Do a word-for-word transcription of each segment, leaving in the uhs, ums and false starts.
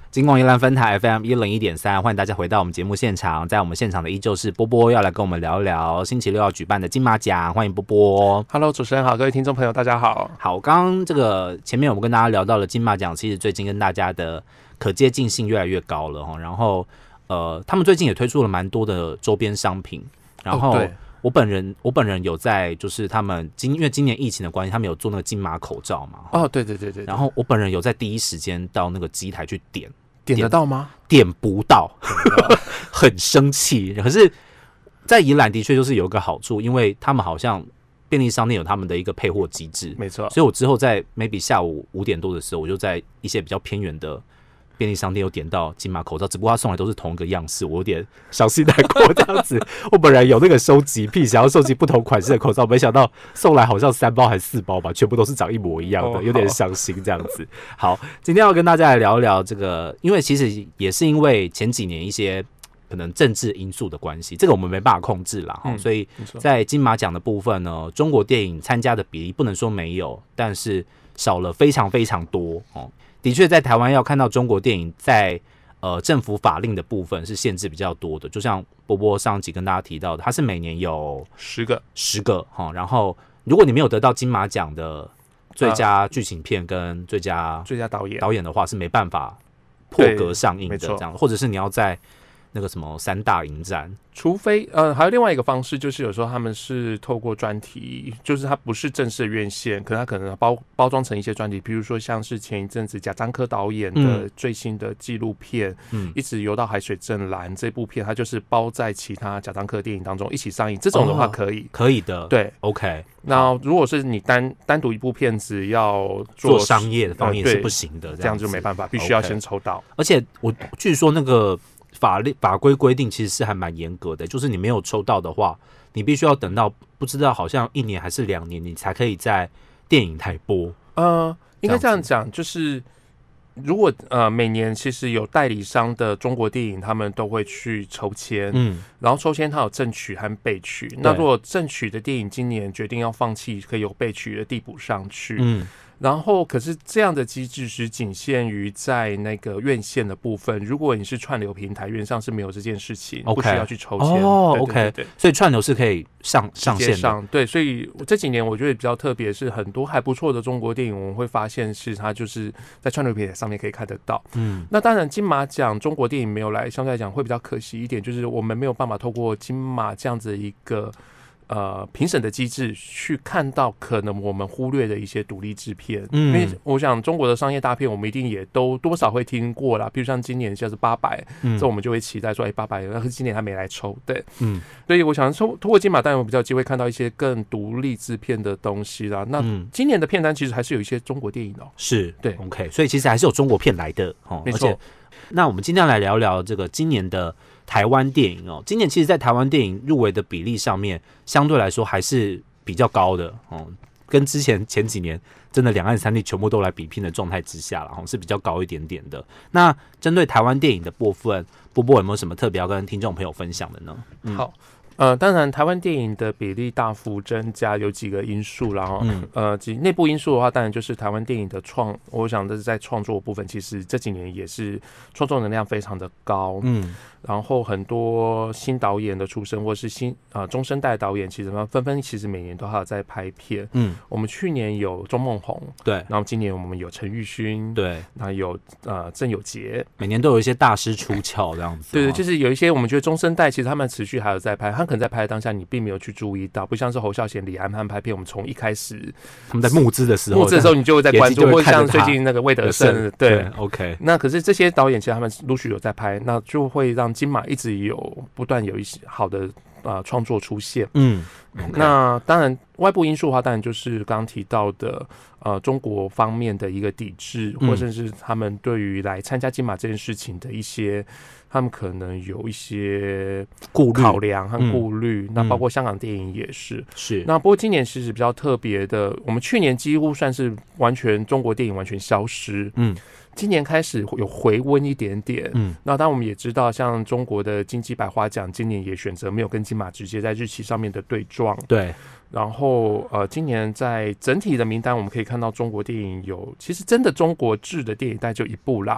金广宜兰分台 F M 一零一点三，欢迎大家回到我们节目现场。在我们现场的依旧是波波，要来跟我们聊聊星期六要举办的金马奖。欢迎波波。 Hello， 主持人好，各位听众朋友，大家好。 好，刚刚这个前面我们跟大家聊到了金马奖，其实最近跟大家的可接近性越来越高了哈。然后呃，他们最近也推出了蛮多的周边商品，然后。哦我本人我本人有在，就是他们今因为今年疫情的关系，他们有做那个金马口罩嘛。 哦，对对对 对, 对。 然后我本人有在第一时间到那个机台去点， 点得到吗？ 点不到，很生气。可是，在宜兰的确就是有一个好处，因为他们好像便利商店有他们的一个配货机制， 没错。 所以我之后在 maybe 下午五点多的时候，我就在一些比较偏远的便利商店有点到金马口罩，只不过他送来都是同一个样式，我有点伤心难过这样子。我本来有那个收集癖，想要收集不同款式的口罩，没想到送来好像三包还是四包吧，全部都是长一模一样的，有点伤心这样子。好，今天要跟大家来聊一聊这个，因为其实也是因为前几年一些可能政治因素的关系，这个我们没办法控制啦、嗯、所以在金马奖的部分呢，中国电影参加的比例不能说没有，但是少了非常非常多哦。的确，在台湾要看到中国电影在呃政府法令的部分是限制比较多的，就像波波上集跟大家提到的，它是每年有十个十个哈。然后，如果你没有得到金马奖的最佳剧情片跟最佳最佳导演导演的话，是没办法破格上映的这样，或者是你要在那个什么三大影展。 除非呃，还有另外一个方式，就是有时候他们是透过专题，就是它不是正式的院线，可能它可能包包装成一些专题，比如说像是前一阵子贾樟柯导演的最新的纪录片，嗯，一直游到海水正蓝这部片，它就是包在其他贾樟柯电影当中一起上映，这种的话可以，哦、 可以的， 对 ，OK。 那如果是你单单独一部片子要做, 做商业的方面是不行的， 呃、这, 样这样就没办法，必须要先抽到。 Okay. 而且我据说那个。法律法规规定其实是还蛮严格的，就是你没有抽到的话，你必须要等到不知道好像一年还是两年，你才可以在电影台播。 呃，应该这样讲，就是如果呃每年其实有代理商的中国电影，他们都会去抽签，嗯，然后抽签它有正曲和备曲。那如果正曲的电影今年决定要放弃，可以由备曲的递补上去，嗯。然后，可是这样的机制是仅限于在那个院线的部分。如果你是串流平台，原上是没有这件事情， okay. 不需要去抽签。 哦、 对对对对 ，OK， 所以串流是可以上上线的。 上对，所以这几年我觉得比较特别，是很多还不错的中国电影，我们会发现是它就是在串流平台上面可以看得到。嗯，那当然金马奖中国电影没有来，相对来讲会比较可惜一点，就是我们没有办法透过金马这样子一个。呃，评审的机制去看到可能我们忽略的一些独立制片，嗯，因为我想中国的商业大片，我们一定也都多少会听过啦。比如像今年像是八百，嗯，这我们就会期待说，哎、欸，八百，但是今年他没来抽，对，嗯，所以我想说，通过金马，当然我比较有机会看到一些更独立制片的东西啦。那今年的片单其实还是有一些中国电影哦、喔， 是对 ，OK， 所以其实还是有中国片来的哦， 没错。 那我们今天来聊聊这个今年的台湾电影哦。今年其实，在台湾电影入围的比例上面，相对来说还是比较高的哦，跟之前前几年真的两岸三地全部都来比拼的状态之下了，是比较高一点点的。那针对台湾电影的部分，波波有没有什么特别要跟听众朋友分享的呢？ 嗯、好。呃，当然，台湾电影的比例大幅增加有几个因素，然后、嗯、呃，内部因素的话，当然就是台湾电影的创，我想这是在创作部分，其实这几年也是创作能量非常的高，嗯，然后很多新导演的出身，或是新啊、呃、中生代导演，其实纷纷其实每年都还有在拍片，嗯，我们去年有钟孟宏， 对， 然后今年我们有陈玉勋， 对， 然后有呃郑有杰， 每年都有一些大师出鞘这样子， 对对，就是有一些我们觉得中生代，其实他们持续还有在拍，他可能在拍的当下你并没有去注意到，不像是侯孝贤、李安他们拍片，我们从一开始他们在募资的时候， 募资的时候你就会在关注，或者像最近那个魏德胜，对, 对 ，OK。 那可是这些导演其实他们陆续有在拍，那就会让金马一直有不断有一些好的啊创作出现，嗯。Okay. 那当然，外部因素的话，当然就是刚刚提到的，呃，中国方面的一个抵制，或者是他们对于来参加金马这件事情的一些，他们可能有一些顾虑、 考量和顾虑。嗯、那包括香港电影也是。 是。 那不过今年其实比较特别的，我们去年几乎算是完全中国电影完全消失。嗯。今年开始有回温一点点，嗯，那当然我们也知道，像中国的金鸡百花奖今年也选择没有跟金马直接在日期上面的对撞， 对。 然后呃，今年在整体的名单，我们可以看到中国电影有，其实真的中国制的电影大概就一部啦。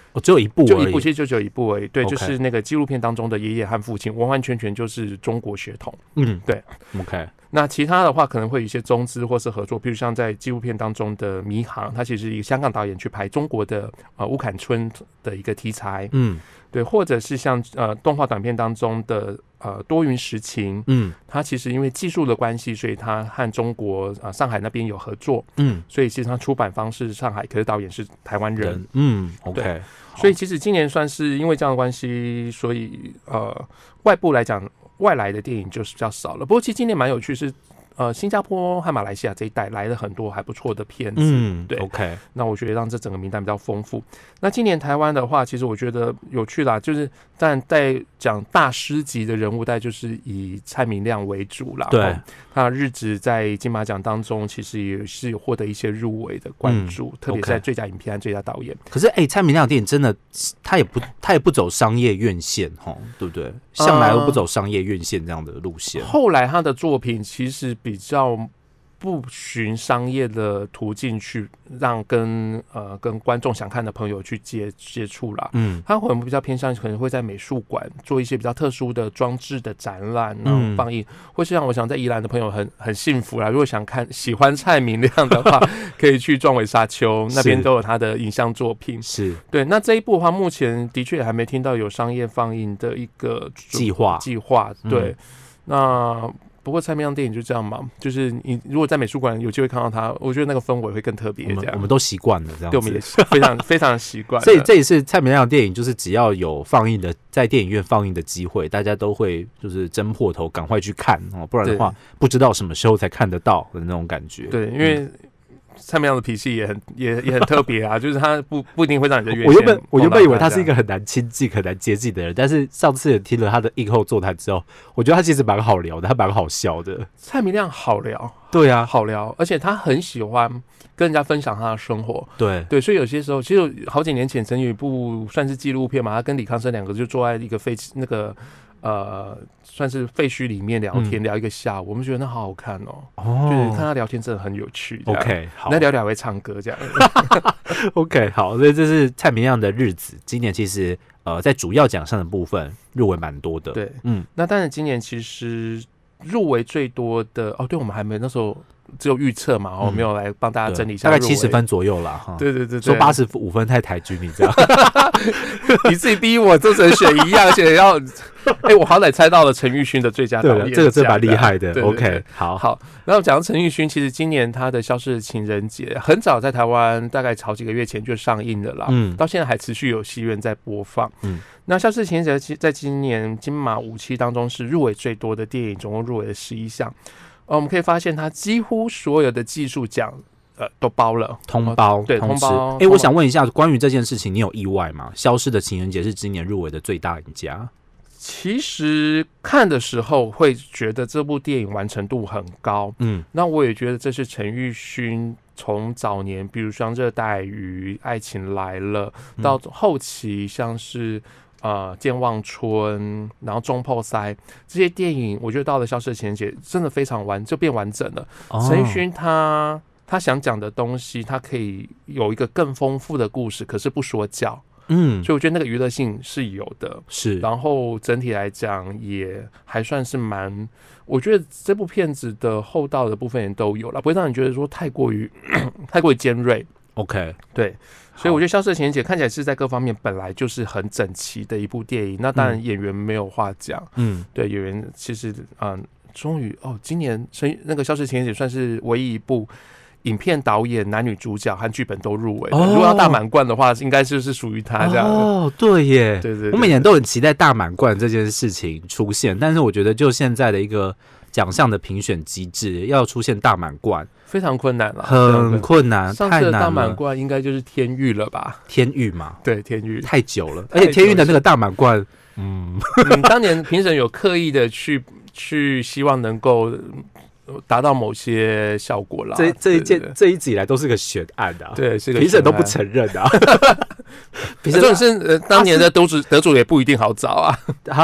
哦，只有一部而已， 就一部，其实就只有一部而已。对， OK 就是那个纪录片当中的爷爷和父亲，完完全全就是中国血统。 嗯， 对 ，OK。 那其他的话可能会有一些中资或是合作，比如像在纪录片当中的《迷航》，他其实是一个香港导演去拍中国的呃乌坎村的一个题材， 嗯， 对，或者是像呃动画短片当中的呃多云时晴，嗯，他其实因为技术的关系，所以他和中国呃上海那边有合作，嗯，所以其实他出版方是上海，可是导演是台湾人，嗯 ，OK。 所以其实今年算是因为这样的关系，所以呃外部来讲。外来的电影就是比较少了，不过其实今年蛮有趣是，呃，新加坡和马来西亚这一带来了很多还不错的片子， 嗯， 对 ，OK， 那我觉得让这整个名单比较丰富。那今年台湾的话，其实我觉得有趣啦，就是但在讲大师级的人物，大概就是以蔡明亮为主啦， 对， 他日职在金马奖当中其实也是有获得一些入围的关注，嗯、特别是在最佳影片和最佳导演。 可是，哎、欸，蔡明亮的电影真的，他也不，他也不走商业院线，哈，对不对？向来都不走商业院线这样的路线。 呃、后来他的作品其实比较不循商业的途径去让跟呃跟观众想看的朋友去接接触啦，嗯，他可能比较偏向可能会在美术馆做一些比较特殊的装置的展览，然后放映，嗯、或是像我想在宜兰的朋友很很幸福啦，如果想看喜欢蔡明亮的话，可以去壮伟沙丘那边都有他的影像作品， 是对。那这一部的话，目前的确还没听到有商业放映的一个计划计划，对，嗯、那。不过蔡明亮电影就这样嘛，就是你如果在美术馆有机会看到他，我觉得那个氛围会更特别。这样，我们, 我们都习惯了这样子， 对，我们也非常非常习惯。 所以这也是蔡明亮的电影，就是只要有放映的，在电影院放映的机会，大家都会就是争破头赶快去看哦，不然的话不知道什么时候才看得到的那种感觉。 对，因为。嗯蔡明亮的脾气也很也也很特别啊，就是他不不一定会让你的院线。 我原本我原本以为他是一个很难亲近、很难接近的人，但是上次也听了他的映后座谈之后，我觉得他其实蛮好聊的，他蛮好笑的。 蔡明亮好聊， 对啊， 好聊，而且他很喜欢跟人家分享他的生活。 对对，所以有些时候，其实好几年前曾有一部算是纪录片嘛，他跟李康生两个就坐在一个废那个。呃，算是废墟里面聊天、嗯、聊一个下午，我们觉得那好好看哦，哦就是看他聊天真的很有趣。 OK， 好， 那聊聊还会唱歌这样。 OK， 好，所以这是蔡明亮的日子。今年其实呃，在主要奖项的部分入围蛮多的。 对，嗯，那当然今年其实入围最多的哦，对我们还没那时候。只有预测嘛，我、嗯、没有来帮大家整理一下， 大概七十分左右啦。 对对 对, 对， 说八十五分太抬举你这样， 你自己逼我就只能选一样，而且要，哎、欸，我好歹猜到了陈玉勋的最佳导演， 这个真蛮厉害的。 对对对 OK， 好好。然后讲到陈玉勋，其实今年他的《消失的情人节》很早在台湾，大概好几个月前就上映了啦，嗯，到现在还持续有戏院在播放，嗯。那《消失的情人节》在今年金马五期当中是入围最多的电影，总共入围了十一项。呃，我们可以发现，它几乎所有的技术奖，呃，都包了， 通包， 对，通包。 哎、欸，我想问一下，关于这件事情，你有意外吗？《消失的情人节》是今年入围的最大赢家。 其实看的时候会觉得这部电影完成度很高，嗯，那我也觉得这是陈玉勋从早年，比如像《热带鱼》《爱情来了》，到后期像是。呃，健忘村，然后中破塞这些电影，我觉得到了《消失的情人节》真的非常完，就变完整了。陈玉勋他他想讲的东西，他可以有一个更丰富的故事，可是不说教，嗯，所以我觉得那个娱乐性是有的， 是。 然后整体来讲也还算是蛮，我觉得这部片子的厚道的部分也都有了，不会让你觉得说太过于太过于尖锐。 OK， 对。所以我觉得《消失的情人节》看起来是在各方面本来就是很整齐的一部电影，那当然演员没有话讲，嗯，对，演员其实嗯，终于哦，今年那个《消失的情人节》算是唯一一部影片导演、男女主角和剧本都入围的。哦、如果要大满贯的话，应该就是属于他这样。 哦，对耶， 对 对, 对, 对， 我每年都很期待大满贯这件事情出现，但是我觉得就现在的一个奖项的评选机制，要出现大满贯。 非常困难了， 很困难， 上次的大满贯应该就是天域了吧？ 天域嘛， 对，天域太久了，而且天域的那个大满贯，嗯， 嗯，当年评审有刻意的去去希望能够达到某些效果啦。 这这一件这一直以来都是个悬案啊， 对，是个评审都不承认啊。 评审是呃，当年的得主得主也不一定好找啊。 啊，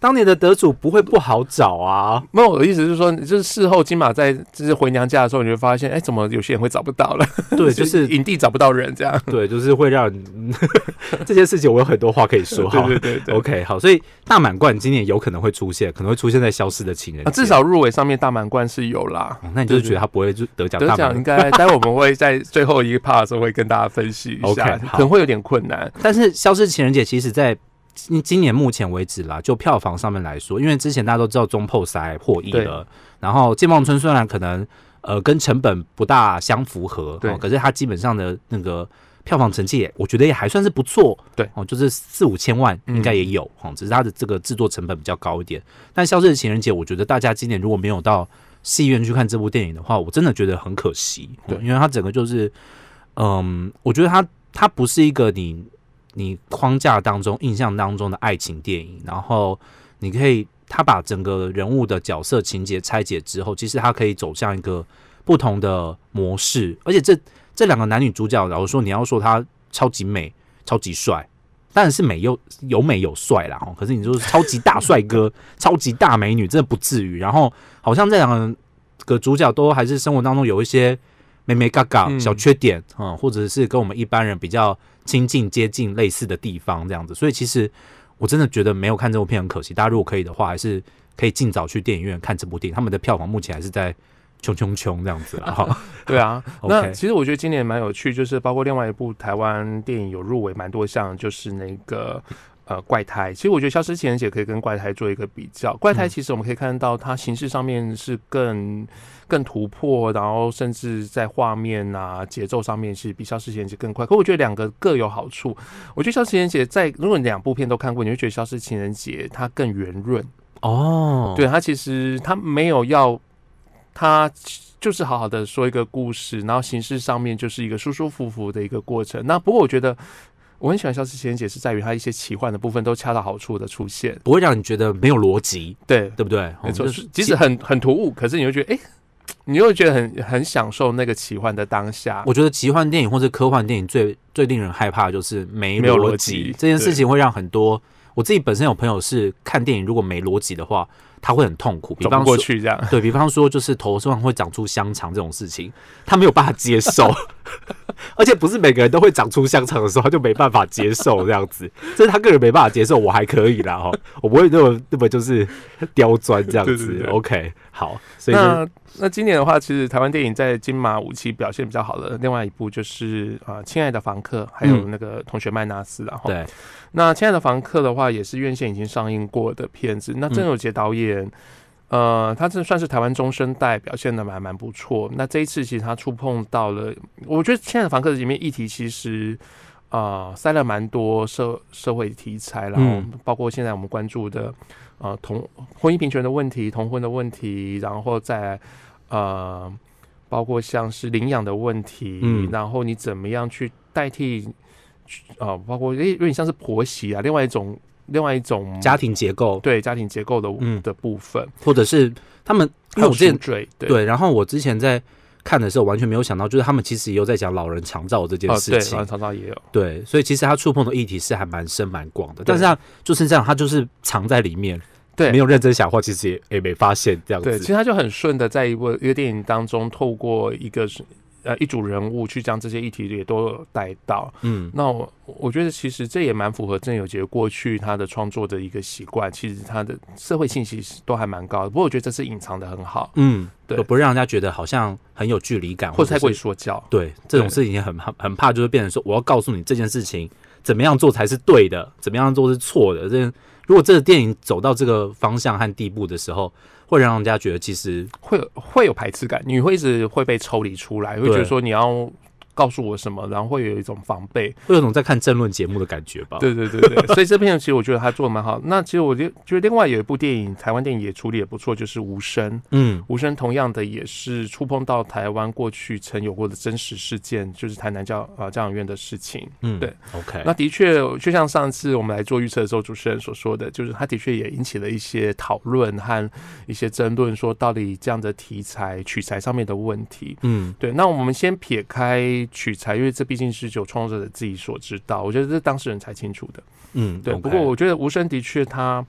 当年的得主不会不好找啊。 没有，我的意思是说，就是事后金马在就是回娘家的时候，你会发现，哎、欸，怎么有些人会找不到了？ 对，就是影帝找不到人这样。 对，就是会让这件事情，我有很多话可以说。 对对对对 ，OK， 好，所以大满贯今年有可能会出现，可能会出现在《消失的情人节》 啊，至少入围上面大满贯是有啦。 哦、那你就是觉得他不会得奖？ 得奖应该待会我们会在最后一个 part 的时候会跟大家分析一下， okay, 可能会有点困难。 但是《消失情人节》其实在今年目前为止啦，就票房上面来说，因为之前大家都知道中破塞获益了，然后《健忘村》虽然可能呃跟成本不大相符合， 对、 哦，可是它基本上的那个票房成绩也，我觉得也还算是不错， 对， 哦，就是四五千万应该也有，嗯、只是它的这个制作成本比较高一点。但《消失的情人节》，我觉得大家今年如果没有到戏院去看这部电影的话，我真的觉得很可惜，对，因为它整个就是，嗯，我觉得它它不是一个你。你框架当中、印象当中的爱情电影，然后你可以，他把整个人物的角色情节拆解之后，其实他可以走向一个不同的模式，而且这这两个男女主角，老实说，你要说他超级美、超级帅，当然是美又有美有帅啦，可是你说超级大帅哥、超级大美女，真的不至于。然后好像这两个主角都还是生活当中有一些美美嘎嘎小缺点、嗯嗯、或者是跟我们一般人比较亲近接近类似的地方这样子，所以其实我真的觉得没有看这部片很可惜。大家如果可以的话，还是可以尽早去电影院看这部电影。他们的票房目前还是在冲冲冲这样子啦。 对啊，那其实我觉得今年蛮有趣，就是包括另外一部台湾电影有入围蛮多项，就是那个。呃，怪胎，其实我觉得《消失情人节》可以跟怪胎做一个比较。怪胎其实我们可以看到，它形式上面是更更突破，然后甚至在画面啊、节奏上面是比《消失情人节》更快。可我觉得两个各有好处。我觉得《消失情人节》在如果你两部片都看过，你会觉得《消失情人节》它更圆润哦。对， 它其实它没有要它。就是好好的说一个故事，然后形式上面就是一个舒舒服服的一个过程。那不过我觉得。我很喜欢《消失情人节》，是在于它一些奇幻的部分都恰到好处的出现， 不会让你觉得没有逻辑， 对对不对？ 没错，即使很很突兀，可是你会觉得，哎、欸，你会觉得很很享受那个奇幻的当下。 我觉得奇幻电影或者科幻电影最最令人害怕的就是没逻辑，这件事情会让很多我自己本身有朋友是看电影，如果没逻辑的话，他会很痛苦。比方说， 走不过去这样， 对比方说，就是头上会长出香肠这种事情，他没有办法接受。而且不是每个人都会长出香肠的时候，他就没办法接受这样子，这是他个人没办法接受，我还可以啦哈，我不会那么那么就是刁钻这样子。对对对 OK， 好，所以那那今年的话，其实台湾电影在金马五期表现比较好的另外一部就是啊，呃《亲爱的房客》，还有那个《同学麦纳斯》然后、 嗯、对， 那《亲爱的房客》的话，也是院线已经上映过的片子。那郑有杰导演。嗯呃，他这算是台湾中生代，表现的蛮蛮不错。那这一次其实他触碰到了，我觉得《亲爱的房客》里面议题其实啊、呃、塞了蛮多社社会题材，然后包括现在我们关注的呃同婚姻平权的问题、同婚的问题，然后再呃包括像是领养的问题，嗯、然后你怎么样去代替啊、呃，包括有点像是婆媳啊，另外一种。另外一种家庭结构， 对家庭结构的、嗯、的部分， 或者是他们，因为我之前对 对, 对，然后我之前在看的时候完全没有想到，就是他们其实也有在讲老人长照这件事情， 哦、对，老人长照也有， 对，所以其实他触碰的议题是还蛮深蛮广的，但是他就是这样，他就是藏在里面，对，没有认真想话，其实也也没发现这样子， 对，其实他就很顺的在一部一个电影当中，透过一个呃，一组人物去将这些议题也都有带到，嗯，那我我觉得其实这也蛮符合郑有杰过去他的创作的一个习惯，其实他的社会信息都还蛮高的，不过我觉得这是隐藏的很好，嗯，对， 不让人家觉得好像很有距离感， 或者太过于说教， 对，这种事情很很怕，就是变成说我要告诉你这件事情怎么样做才是对的，怎么样做是错的，这如果这个电影走到这个方向和地步的时候。会让人家觉得其实会有会有排斥感，你会一直会被抽离出来，会觉得说你要告诉我什么，然后会有一种防备， 会有一种在看政论节目的感觉吧。 对对对对，所以这片其实我觉得他做的蛮好。那其实我觉得另外有一部电影，台湾电影也处理也不错，就是《无声》。嗯，《无声》同样的也是触碰到台湾过去曾有过的真实事件，就是台南教啊教养院的事情。嗯，对 ，OK。 那的确，就像上次我们来做预测的时候，主持人所说的，就是他的确也引起了一些讨论和一些争论，说到底这样的题材取材上面的问题。嗯，对。那我们先撇开取材，因为这毕竟是有创作者自己所知道，我觉得这是当事人才清楚的。嗯，对。Okay. 不过我觉得无声的确他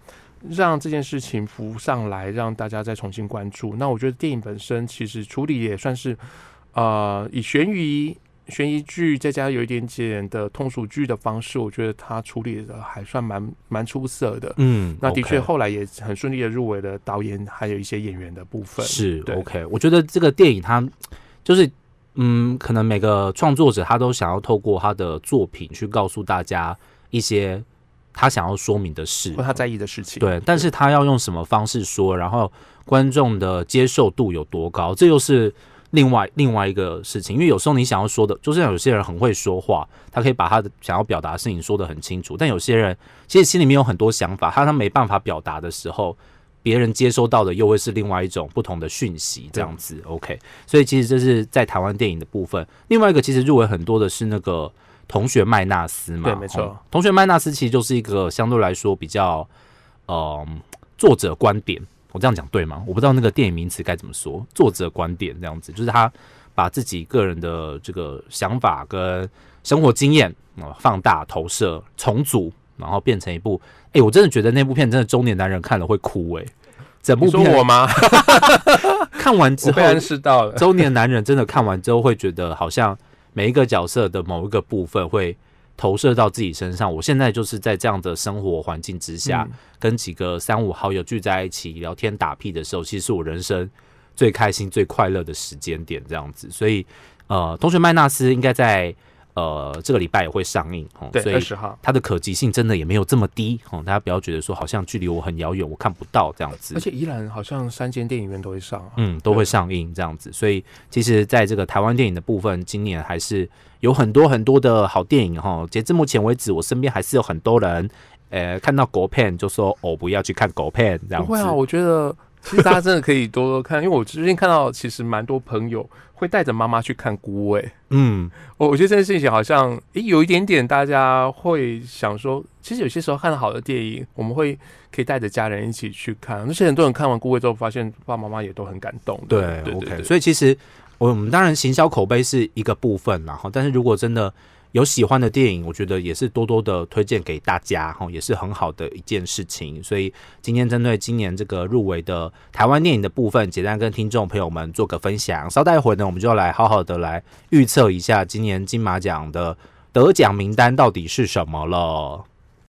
让这件事情浮上来，让大家再重新关注。那我觉得电影本身其实处理也算是，呃，以悬疑悬疑剧再加有一点点的通俗剧的方式，我觉得他处理的还算蛮蛮出色的。 嗯， 那的确 OK 后来也很顺利的入围了导演还有一些演员的部分。 是对 OK， 我觉得这个电影它就是嗯，可能每个创作者他都想要透过他的作品去告诉大家一些他想要说明的事， 或他在意的事情。 对，但是他要用什么方式说，然后观众的接受度有多高，这又是另外另外一个事情。因为有时候你想要说的，就是有些人很会说话，他可以把他的想要表达的事情说得很清楚，但有些人其实心里面有很多想法，他他没办法表达的时候，别人接收到的又会是另外一种不同的讯息，这样子。OK， 所以其实这是在台湾电影的部分。另外一个其实入围很多的是那个同学麦纳斯嘛， 对，没错、 哦。同学麦纳斯其实就是一个相对来说比较，呃，作者观点。我这样讲对吗？我不知道那个电影名词该怎么说。作者观点这样子，就是他把自己个人的这个想法跟生活经验、呃、放大、投射、重组，然后变成一部。哎、欸，我真的觉得那部片真的中年男人看了会哭哎、欸。整部片你说我吗？ 看完之后， 我被暗示到了。 中年男人真的看完之后会觉得，好像每一个角色的某一个部分会投射到自己身上。我现在就是在这样的生活环境之下，嗯、跟几个三五好友聚在一起聊天打屁的时候，其实是我人生最开心、最快乐的时间点，这样子。所以，呃，同学麦纳斯应该在。呃，这个礼拜也会上映， 对， 所以它的可及性真的也没有这么低，大家不要觉得说好像距离我很遥远，我看不到这样子。 而且宜兰好像三间电影院都会上、啊， 嗯，都会上映这样子。所以其实在这个台湾电影的部分，今年还是有很多很多的好电影哈。截至目前为止，我身边还是有很多人，呃，看到国片就说哦，不要去看国片这样子。 不会啊，我觉得。其实大家真的可以多多看，因为我最近看到其实蛮多朋友会带着妈妈去看《孤味》。嗯，我我觉得这件事情好像诶有一点点，大家会想说，其实有些时候看好的电影，我们会可以带着家人一起去看。而且很多人看完《孤味》之后，发现爸爸妈妈也都很感动。 对 ，OK 对对对。所以其实我们当然行销口碑是一个部分啦，但是如果真的有喜欢的电影，我觉得也是多多的推荐给大家，也是很好的一件事情。所以今天针对今年这个入围的台湾电影的部分，简单跟听众朋友们做个分享。稍待会呢，我们就来好好的来预测一下今年金马奖的得奖名单到底是什么了。